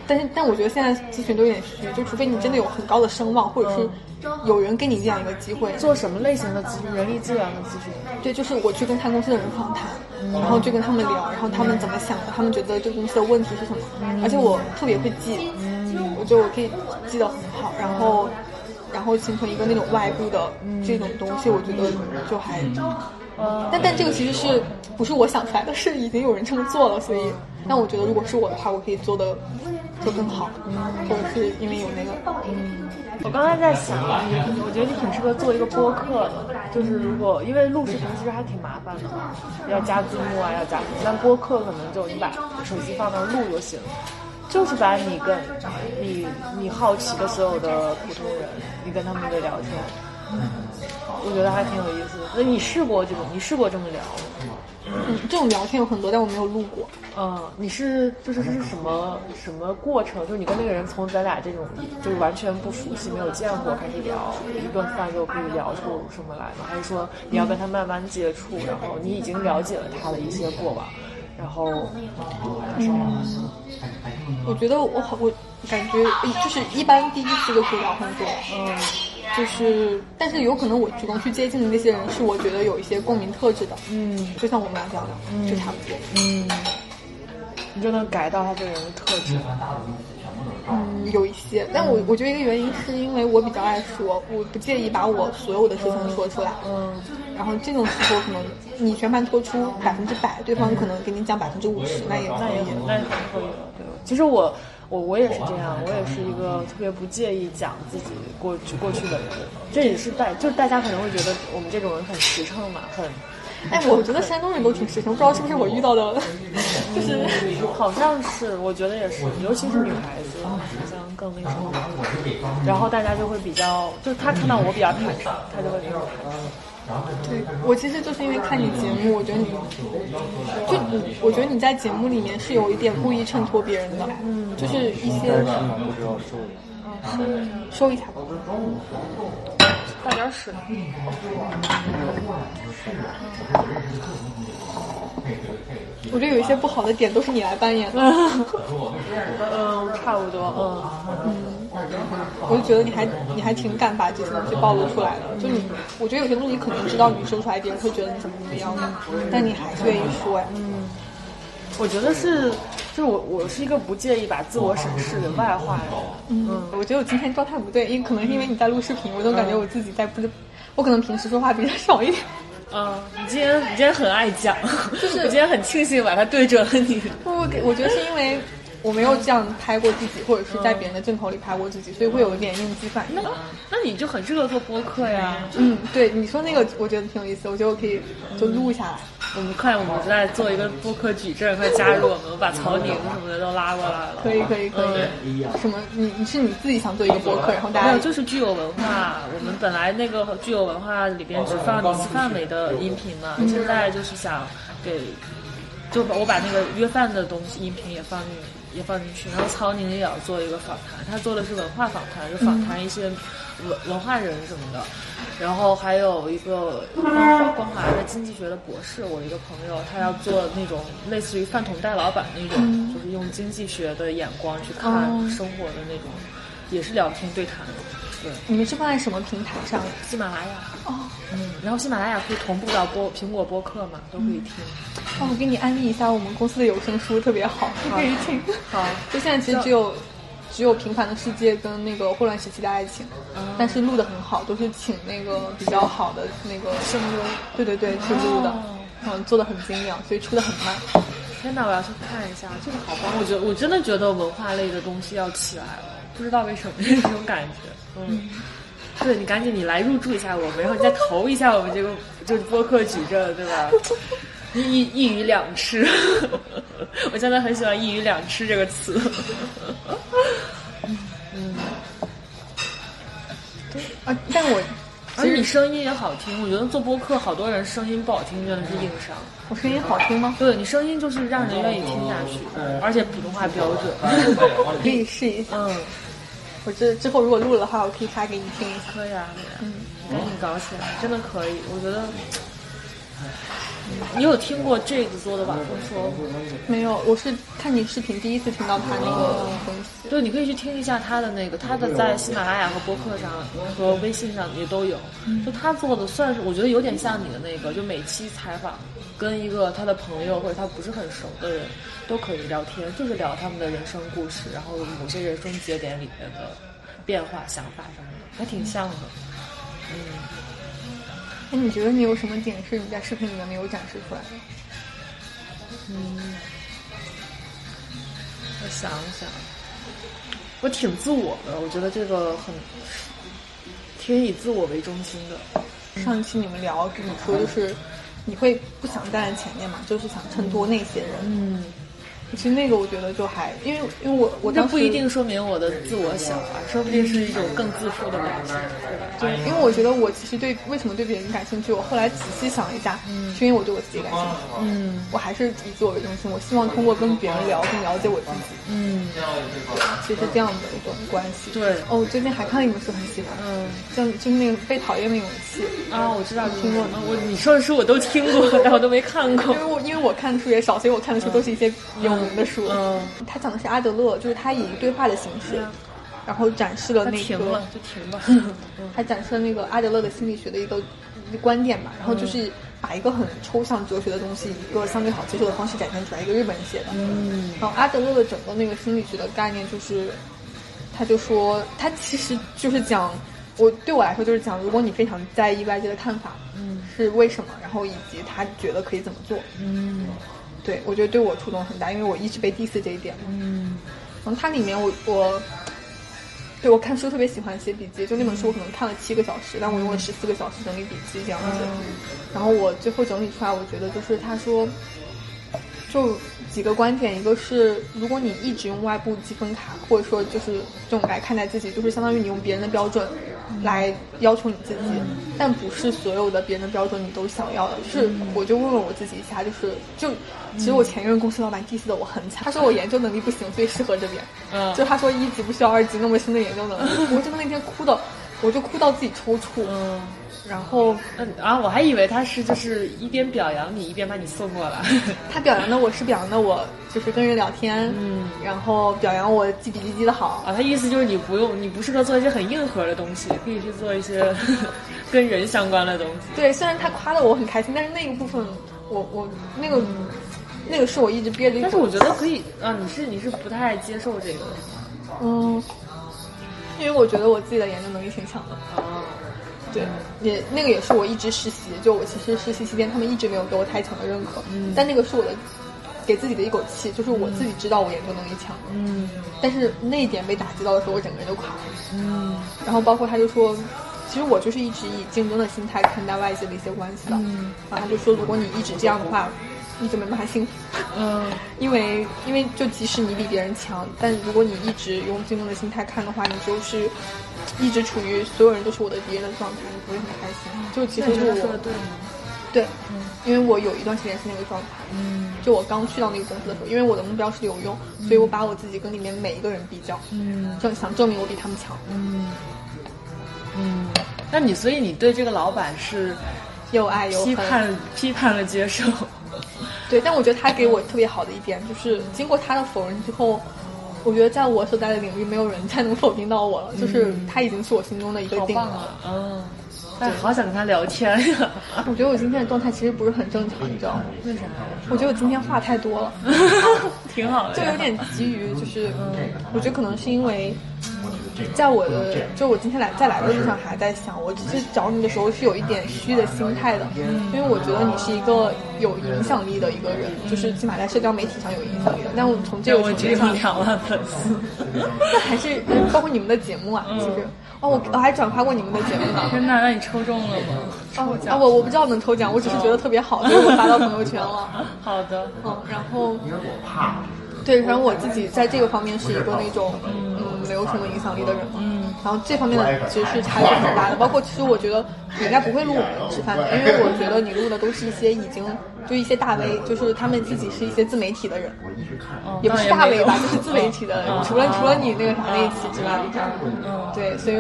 但是但我觉得现在咨询都有点虚，就除非你真的有很高的声望，或者是有人给你这样一个机会。 做什么类型的咨询？人力资源的咨询？ 对，就是我去跟他公司的人访谈，嗯、然后就跟他们聊，然后他们怎么想的，他们觉得这个公司的问题是什么，嗯、而且我特别会记，嗯、我觉得我可以记得很好，然后然后形成一个那种外部的这种东西，我觉得就还。但但这个其实是不是我想出来的，是已经有人这么做了，所以但我觉得如果是我的话，我可以做的做更好，嗯，或者是因为有那个， 嗯，我刚才在想，你我觉得你挺适合做一个播客的，就是如果因为录视频其实还挺麻烦的，要加字幕啊，要加什么，但播客可能就你把手机放那录就行，就是把你跟你你好奇的所有的普通人，你跟他们的聊天。我觉得还挺有意思的。那你试过这种？你试过这么聊吗？ 嗯，这种聊天有很多，但我没有录过。 嗯，你是就是是什么什么过程？就是你跟那个人从咱俩这种就是完全不熟悉、没有见过开始聊，一顿饭就可以聊出什么来吗？还是说你要跟他慢慢接触，然后你已经了解了他的一些过往，然后嗯，我觉得我好，我感觉就是一般第一次就可以聊很多。嗯。就是，但是有可能我主动去接近的那些人，是我觉得有一些共鸣特质的，嗯，就像我们俩这样的，嗯，就差不多， 嗯，你就能改到他这个人的特质， 嗯，有一些，但我我觉得一个原因是因为我比较爱说，我不介意把我所有的事情说出来，嗯，然后这种时候可能你全盘托出百分之百，对方可能给你讲百分之五十，那也那也那也可以了，对，其实我。我我也是这样，我也是一个特别不介意讲自己过去过去的人，这也是大就是大家可能会觉得我们这种人很实诚嘛，很， 哎，我觉得山东人都挺实诚，不知道是不是我遇到的，就是好像是，我觉得也是，尤其是女孩子，好像更那什么，然后大家就会比较，就是他看到我比较坦诚，他就会比较坦诚。 对，我其实就是因为看你节目，我觉得你，就你，我觉得你在节目里面是有一点故意衬托别人的，嗯，就是一些，嗯，收一下吧， 倒点水。 我觉得有一些不好的点都是你来扮演的， 嗯，差不多，嗯嗯， 我就觉得你还你还挺敢把这些东西暴露出来的，就你，我觉得有些东西可能知道你说出来，别人会觉得你怎么怎么样的，但你还是愿意说，哎， 嗯，我觉得是，就是我我是一个不介意把自我审视的外化的人， 嗯，我觉得我今天状态不对，因为可能是因为你在录视频，我总感觉我自己在不是，我可能平时说话比较少一点。 嗯，你今天你今天很爱讲，就是我今天很庆幸把它对准了你。 不，我觉得是因为我没有这样拍过自己，或者是在别人的镜头里拍过自己，所以会有一点应激反应。 那那你就很适合做播客呀。 嗯，对，你说那个我觉得挺有意思，我觉得我可以就录下来。 我们快，我们在做一个播客矩阵，快加入我们，我把曹宁什么的都拉过来了。 可以，可以，可以。嗯、什么？你你是你自己想做一个播客，然后大家没有，就是具有文化。我们本来那个具有文化里边只放李斯范美的音频嘛，嗯、现在就是想给，就我把那个约饭的东西音频也放进也放进去，然后曹宁也要做一个访谈，他做的是文化访谈，就访谈一些文文化人什么的。然后还有一个光华光华的经济学的博士，我一个朋友，他要做那种类似于饭桶带老板那种，嗯、就是用经济学的眼光去看生活的那种，哦、也是聊天对谈。对， 你们是放在什么平台上？ 喜马拉雅。哦，嗯，然后喜马拉雅可以同步到播苹果播客嘛，都可以听。 哦，我给你安利一下我们公司的有声书，特别好，可以听。 好， 就现在其实只有。只有平凡的世界跟那个混乱时期的爱情，嗯、但是录的很好，都是请那个比较好的那个声优，对对对，去录的，嗯，做的很精良，所以出的很慢。 天哪，我要去看一下，这个好棒！我觉得我真的觉得文化类的东西要起来了，不知道为什么这种感觉。嗯，嗯对你赶紧你来入驻一下我们，然后你再投一下我们这个就是播客矩阵，对吧？一一鱼两吃，我现在很喜欢一鱼两吃这个词。嗯， 对啊，但我而且你声音也好听，我觉得做播客好多人声音不好听真的是硬伤。 我声音好听吗？ 对，你声音就是让人愿意听下去，而且普通话标准。 可以试一下。 嗯， 我这之后如果录了的话，我可以发给你听一下。 可以啊，可以啊，嗯，赶紧搞起来，真的可以，我觉得。 你有听过这个做的晚风说吗？ 没有，我是看你视频第一次听到他那个分析。 对，你可以去听一下他的那个，他的在喜马拉雅和播客上和微信上也都有。就他做的算是，我觉得有点像你的那个，就每期采访跟一个他的朋友或者他不是很熟的人都可以聊天，就是聊他们的人生故事，然后某些人生节点里面的变化、想法什么的，还挺像的。嗯。 那你觉得你有什么点是你在视频里面没有展示出来的？ 嗯，我想想，我挺自我的，我觉得这个很挺以自我为中心的。 上一期你们聊，你说就是你会不想站在前面嘛，就是想衬托那些人。嗯。其实那个我觉得就还，因为因为我我这不一定说明我的自我小啊，说不定是一种更自负的表现，对吧？ 对，因为我觉得我其实对为什么对别人感兴趣，我后来仔细想了一下，嗯，是因为我对我自己感兴趣，嗯，我还是以自我为中心，我希望通过跟别人聊更了解我自己，嗯，对，其实是这样的一种关系。 对， 哦，我最近还看了一本书，很喜欢，嗯，就就是那个被讨厌的勇气啊，我知道你听过吗？我你说的书我都听过，但我都没看过， 因为我因为我看的书也少，所以我看的书都是一些有名的书。嗯，他讲的是阿德勒，就是他以对话的形式，然后展示了那个， 停了就停吧。 他展示了那个阿德勒的心理学的一个观点吧，然后就是把一个很抽象哲学的东西，一个相对好接受的方式展现出来，一个日本人写的。嗯，然后阿德勒的整个那个心理学的概念就是，他就说，他其实就是讲，我对我来说就是讲，如果你非常在意外界的看法，嗯，是为什么，然后以及他觉得可以怎么做，嗯。对，我觉得对我触动很大，因为我一直被 diss 这一点。嗯，然后它里面我我，对我看书特别喜欢写笔记，就那本书我可能看了七个小时，但我用了十四个小时整理笔记这样子。嗯、然后我最后整理出来，我觉得就是他说，就几个观点，一个是如果你一直用外部积分卡，或者说就是这种来看待自己，就是相当于你用别人的标准来要求你自己，但不是所有的别人的标准你都想要的。就是我就问了我自己一下，就是就其实我前一任公司老板 diss 的我很惨，他说我研究能力不行，所以适合这边。嗯，就他说一级不需要二级那么新的研究能力，我真的那天哭的，我就哭到自己抽搐。嗯。然后， 嗯啊，我还以为他是就是一边表扬你，一边把你送过来。 他表扬的我是表扬的我，就是跟人聊天，嗯，然后表扬我记笔记记得好。 啊，他意思就是你不用，你不适合做一些很硬核的东西，可以去做一些跟人相关的东西。 对，虽然他夸的我很开心，但是那一部分，我我那个、嗯、那个是我一直憋着一口。 但是我觉得可以啊，你是你是不太接受这个， 嗯，因为我觉得我自己的研究能力挺强的。哦。对，也那个也是我一直实习，就我其实实习期间他们一直没有给我太强的认可，嗯，但那个是我的给自己的一口气，就是我自己知道我研究能力强，嗯，但是那一点被打击到的时候，我整个人就垮了，嗯，然后包括他就说，其实我就是一直以竞争的心态看待外界的一些关系的，嗯，然后他就说，如果你一直这样的话，你就没办法幸福，嗯，因为因为就即使你比别人强，但如果你一直用竞争的心态看的话，你就是一直处于所有人都是我的敌人的状态，你不会很开心。就其实是我说的对吗？ 对，嗯，因为我有一段时间是那个状态，嗯，就我刚去到那个公司的时候，因为我的目标是留用，嗯、所以我把我自己跟里面每一个人比较，嗯，就想证明我比他们强， 嗯嗯。那你所以你对这个老板是又爱又批判批判了接受？ 对，但我觉得他给我特别好的一点就是经过他的否认之后，我觉得在我所在的领域没有人再能否定到我了，嗯、就是他已经是我心中的一个顶了。 嗯，哎，好想跟他聊天呀！ 我觉得我今天的状态其实不是很正常，你知道吗？ 为啥？ 我觉得我今天话太多了， 挺好的， 就有点急于，就是嗯，我觉得可能是因为。在我的就我今天来在来的路上还在想，我其实找你的时候是有一点虚的心态的，因为我觉得你是一个有影响力的一个人，就是起码在社交媒体上有影响力的。但我从这个层面上， 两万粉丝， 那还是包括你们的节目啊，其实哦，我我还转发过你们的节目呢。 真的？那你抽中了吗？ 抽奖？哦，我我不知道能抽奖，我只是觉得特别好，所以我发到朋友圈了。 好的， 嗯，然后对，然后我自己在这个方面是一个那种嗯没有什么影响力的人嘛，嗯，然后这方面的其实是差距很大的。包括其实我觉得你应该不会录我们吃饭的，因为我觉得你录的都是一些已经就一些大 V，就是他们自己是一些自媒体的人，哦、也不是大 V 吧，就是自媒体的人，哦、除了、哦、除了你那个啥那一期之外，嗯，对，所以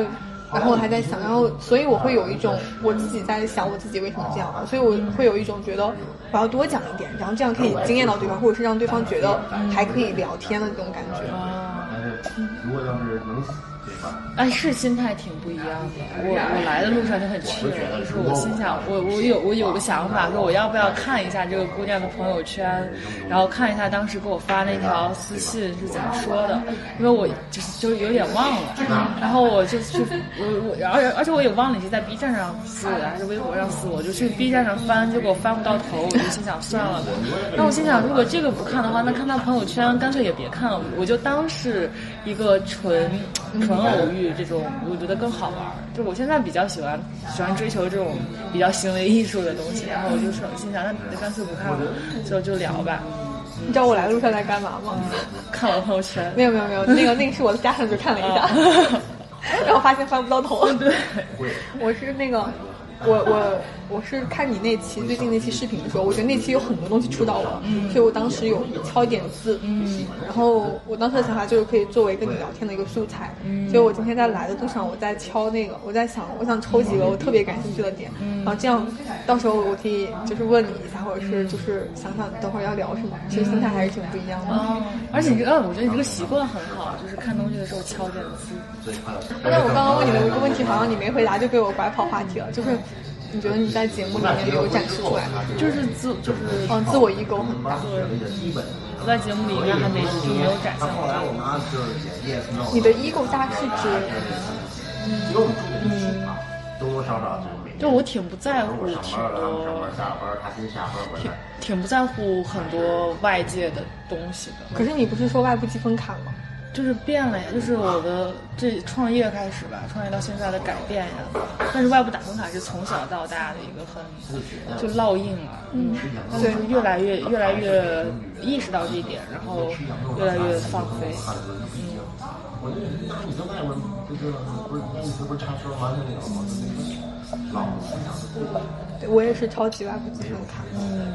然后我还在想，然后所以我会有一种我自己在想我自己为什么这样嘛，所以我会有一种觉得我要多讲一点，然后这样可以惊艳到对方，或者是让对方觉得还可以聊天的这种感觉。 如果要是能。 哎，是心态挺不一样的。我我来的路上就很气人，就是我心想，我我有我有个想法，说我要不要看一下这个姑娘的朋友圈，然后看一下当时给我发那条私信是怎么说的，因为我就是就有点忘了，然后我就去我我而而且我也忘了你是在 B 站上撕我的还是微博上撕我，就去 B 站上翻，结果翻不到头，我就心想算了吧。那我心想，如果这个不看的话，那看他朋友圈干脆也别看了，我就当是一个纯纯偶遇这种，我觉得更好玩。就我现在比较喜欢喜欢追求这种比较行为艺术的东西，然后我就说心想，那干脆不看了，就就聊吧。 你知道我来的路上在干嘛吗？ 看我的朋友圈。 没有没有没有，那个那个是我加上去看了一下，然后发现翻不到头。 对， 我是那个。我我我是看你那期最近那期视频的时候，我觉得那期有很多东西触到我，嗯，所以我当时有敲一点字，嗯，然后我当时的想法就是可以作为跟你聊天的一个素材，嗯，所以我今天在来的路上，我在敲那个，我在想，我想抽几个我特别感兴趣的点，嗯，然后这样到时候我可以就是问你一下，或者是就是想想等会儿要聊什么，其实心态还是挺不一样的。 哦，而且你这个，我觉得你这个习惯很好，就是看东西的时候敲点字。 但我刚刚问你的一个问题，好像你没回答，就给我拐跑话题了，就是。你觉得你在节目里面没有展示出来吗？ 就是自就是嗯，自我 ego 很大。 对，我在节目里应该还没就没有展现出来。 你的 ego 大是指， 嗯嗯， 多多少少就我挺不在乎挺多，挺挺不在乎很多外界的东西的。 可是你不是说外部积分卡吗？ 就是变了呀，就是我的这创业开始吧，创业到现在的改变呀。但是外部打分卡是从小到大的一个很就烙印了，嗯，但是越来越越来越意识到这一点，然后越来越放飞，嗯。 对，我也是超级外部积分卡， 嗯。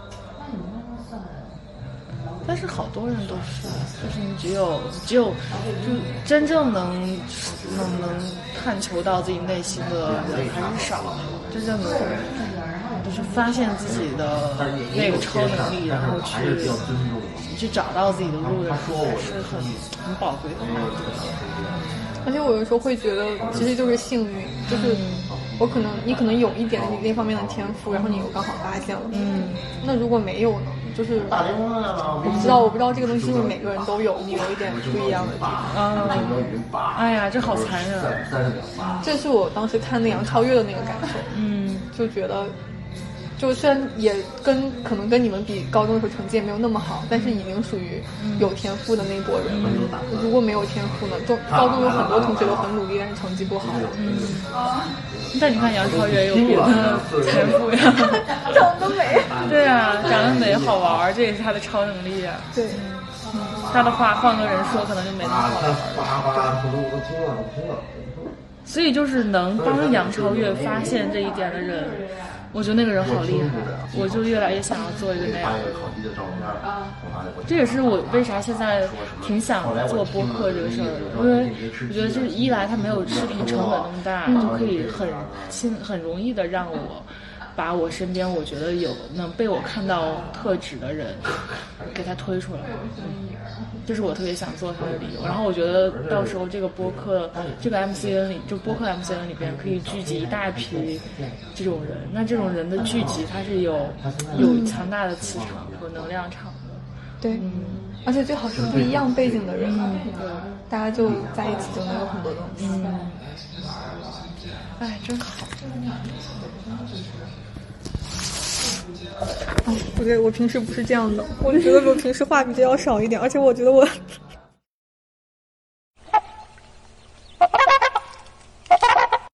但是好多人都是，就是你只有只有就真正能能能探求到自己内心的人还是少，真正的就是发现自己的那个超能力，然后去去找到自己的路的人，是很很宝贵的。 而且我有时候会觉得，其实就是幸运，就是我可能你可能有一点你那方面的天赋，然后你又刚好发现了，嗯，那如果没有呢？就是我不知道，我不知道这个东西是不是每个人都有，你有一点不一样的地方。 啊，哎呀，这好残忍！ 这是我当时看那杨超越的那个感受，嗯，就觉得，就虽然也跟可能跟你们比，高中的时候成绩也没有那么好，但是已经属于有天赋的那波人了。如果没有天赋呢，中高中有很多同学都很努力，但是成绩不好。嗯。 但你看杨超越有别的天赋呀， 长得美。 对啊，长得美好玩，这也是她的超能力啊。 对， 嗯，她的话换个人说可能就没那么好玩。所以就是能帮杨超越发现这一点的人，我觉得那个人好厉害，我就越来越想要做一个那样的人。这也是我为啥现在挺想做播客这个事儿的，因为我觉得就是一来它没有视频成本那么大，就可以很轻很容易的让我把我身边我觉得有能被我看到特质的人给他推出来。这是我特别想做它的理由。然后我觉得到时候这个播客这个 M C N 里就播客 M C N 里边可以聚集一大批这种人，那这种人的聚集它是有有强大的磁场和能量场的。 对，嗯，而且最好是不一样背景的人，嗯，对，大家就在一起就能有很多东西。嗯， 哎，真好。 哎，我觉得我平时不是这样的，我就觉得我平时话比较少一点，而且我觉得我